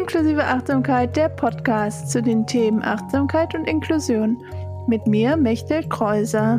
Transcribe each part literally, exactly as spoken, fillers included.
Inklusive Achtsamkeit, der Podcast zu den Themen Achtsamkeit und Inklusion. Mit mir, Mechtel Kreuser.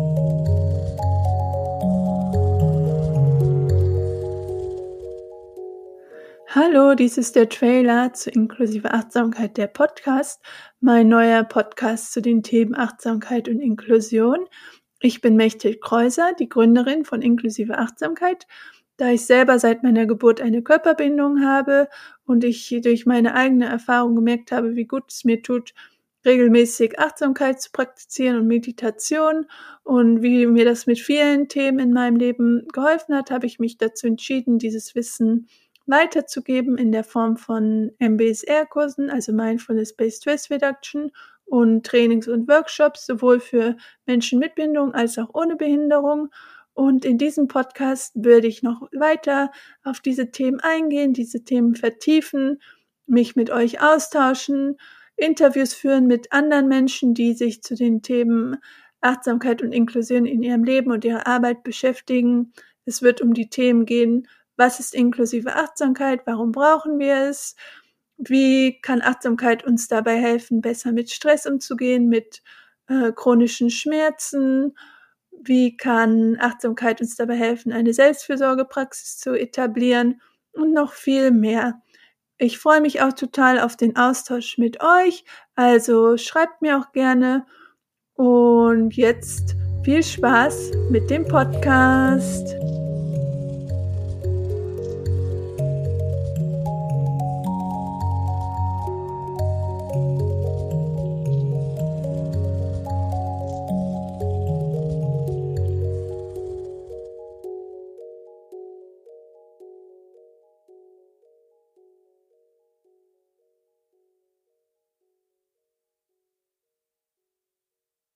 Hallo, dies ist der Trailer zu Inklusive Achtsamkeit, der Podcast, mein neuer Podcast zu den Themen Achtsamkeit und Inklusion. Ich bin Mechtel Kreuser, die Gründerin von Inklusive Achtsamkeit. Da ich selber seit meiner Geburt eine Körperbindung habe und ich durch meine eigene Erfahrung gemerkt habe, wie gut es mir tut, regelmäßig Achtsamkeit zu praktizieren und Meditation und wie mir das mit vielen Themen in meinem Leben geholfen hat, habe ich mich dazu entschieden, dieses Wissen weiterzugeben in der Form von M B S R-Kursen, also Mindfulness-Based Stress Reduction und Trainings und Workshops, sowohl für Menschen mit Behinderung als auch ohne Behinderung. Und in diesem Podcast würde ich noch weiter auf diese Themen eingehen, diese Themen vertiefen, mich mit euch austauschen, Interviews führen mit anderen Menschen, die sich zu den Themen Achtsamkeit und Inklusion in ihrem Leben und ihrer Arbeit beschäftigen. Es wird um die Themen gehen, was ist inklusive Achtsamkeit, warum brauchen wir es, wie kann Achtsamkeit uns dabei helfen, besser mit Stress umzugehen, mit äh, chronischen Schmerzen, wie kann Achtsamkeit uns dabei helfen, eine Selbstfürsorgepraxis zu etablieren und noch viel mehr. Ich freue mich auch total auf den Austausch mit euch, also schreibt mir auch gerne und jetzt viel Spaß mit dem Podcast.